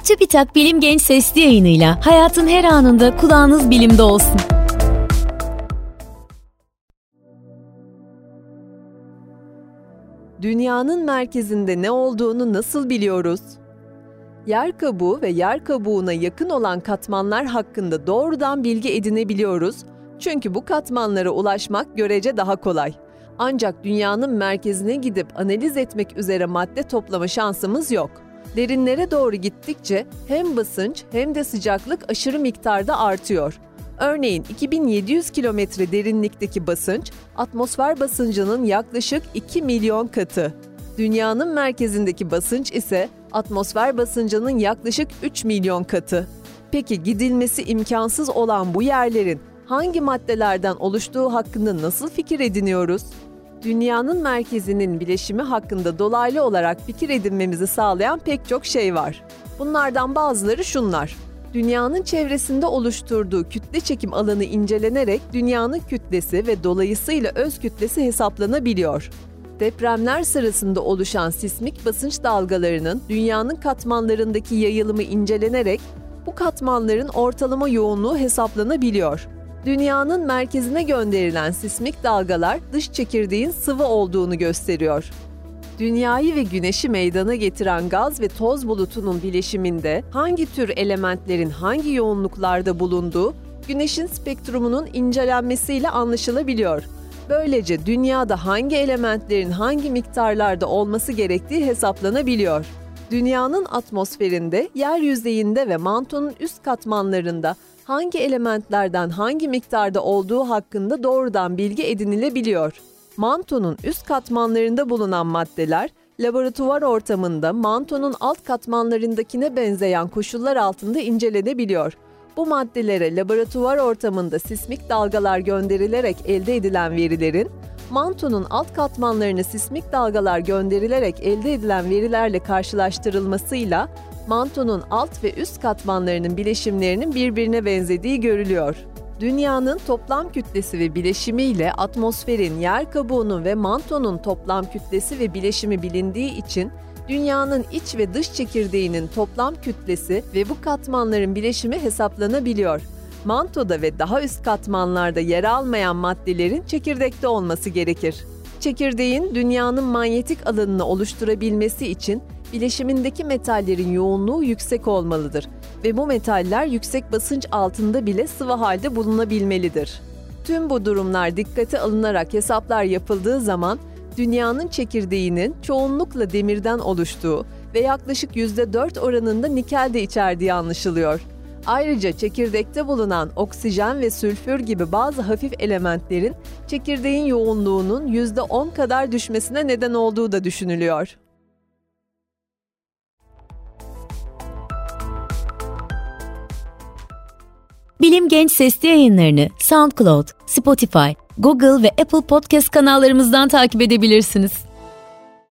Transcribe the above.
TÜBİTAK Bilim Genç Sesli yayınıyla hayatın her anında kulağınız bilimde olsun. Dünyanın merkezinde ne olduğunu nasıl biliyoruz? Yer kabuğu ve yer kabuğuna yakın olan katmanlar hakkında doğrudan bilgi edinebiliyoruz. Çünkü bu katmanlara ulaşmak görece daha kolay. Ancak dünyanın merkezine gidip analiz etmek üzere madde toplama şansımız yok. Derinlere doğru gittikçe hem basınç hem de sıcaklık aşırı miktarda artıyor. Örneğin 2700 kilometre derinlikteki basınç, atmosfer basıncının yaklaşık 2 milyon katı. Dünyanın merkezindeki basınç ise atmosfer basıncının yaklaşık 3 milyon katı. Peki gidilmesi imkansız olan bu yerlerin hangi maddelerden oluştuğu hakkında nasıl fikir ediniyoruz? Dünyanın merkezinin bileşimi hakkında dolaylı olarak fikir edinmemizi sağlayan pek çok şey var. Bunlardan bazıları şunlar. Dünyanın çevresinde oluşturduğu kütle çekim alanı incelenerek dünyanın kütlesi ve dolayısıyla öz kütlesi hesaplanabiliyor. Depremler sırasında oluşan sismik basınç dalgalarının dünyanın katmanlarındaki yayılımı incelenerek bu katmanların ortalama yoğunluğu hesaplanabiliyor. Dünyanın merkezine gönderilen sismik dalgalar dış çekirdeğin sıvı olduğunu gösteriyor. Dünyayı ve Güneş'i meydana getiren gaz ve toz bulutunun bileşiminde hangi tür elementlerin hangi yoğunluklarda bulunduğu Güneş'in spektrumunun incelenmesiyle anlaşılabiliyor. Böylece dünyada hangi elementlerin hangi miktarlarda olması gerektiği hesaplanabiliyor. Dünyanın atmosferinde, yer yüzeyinde ve mantonun üst katmanlarında hangi elementlerden hangi miktarda olduğu hakkında doğrudan bilgi edinilebiliyor. Mantonun üst katmanlarında bulunan maddeler, laboratuvar ortamında mantonun alt katmanlarındakine benzeyen koşullar altında incelenebiliyor. Bu maddelere laboratuvar ortamında sismik dalgalar gönderilerek elde edilen verilerin, mantonun alt katmanlarına sismik dalgalar gönderilerek elde edilen verilerle karşılaştırılmasıyla mantonun alt ve üst katmanlarının bileşimlerinin birbirine benzediği görülüyor. Dünyanın toplam kütlesi ve bileşimi ile atmosferin, yer kabuğunun ve mantonun toplam kütlesi ve bileşimi bilindiği için dünyanın iç ve dış çekirdeğinin toplam kütlesi ve bu katmanların bileşimi hesaplanabiliyor. Mantoda ve daha üst katmanlarda yer almayan maddelerin çekirdekte olması gerekir. Çekirdeğin dünyanın manyetik alanını oluşturabilmesi için bileşimindeki metallerin yoğunluğu yüksek olmalıdır ve bu metaller yüksek basınç altında bile sıvı halde bulunabilmelidir. Tüm bu durumlar dikkate alınarak hesaplar yapıldığı zaman dünyanın çekirdeğinin çoğunlukla demirden oluştuğu ve yaklaşık %4 oranında nikel de içerdiği anlaşılıyor. Ayrıca çekirdekte bulunan oksijen ve sülfür gibi bazı hafif elementlerin çekirdeğin yoğunluğunun %10 kadar düşmesine neden olduğu da düşünülüyor. Bilim Genç Sesli yayınlarını SoundCloud, Spotify, Google ve Apple Podcast kanallarımızdan takip edebilirsiniz.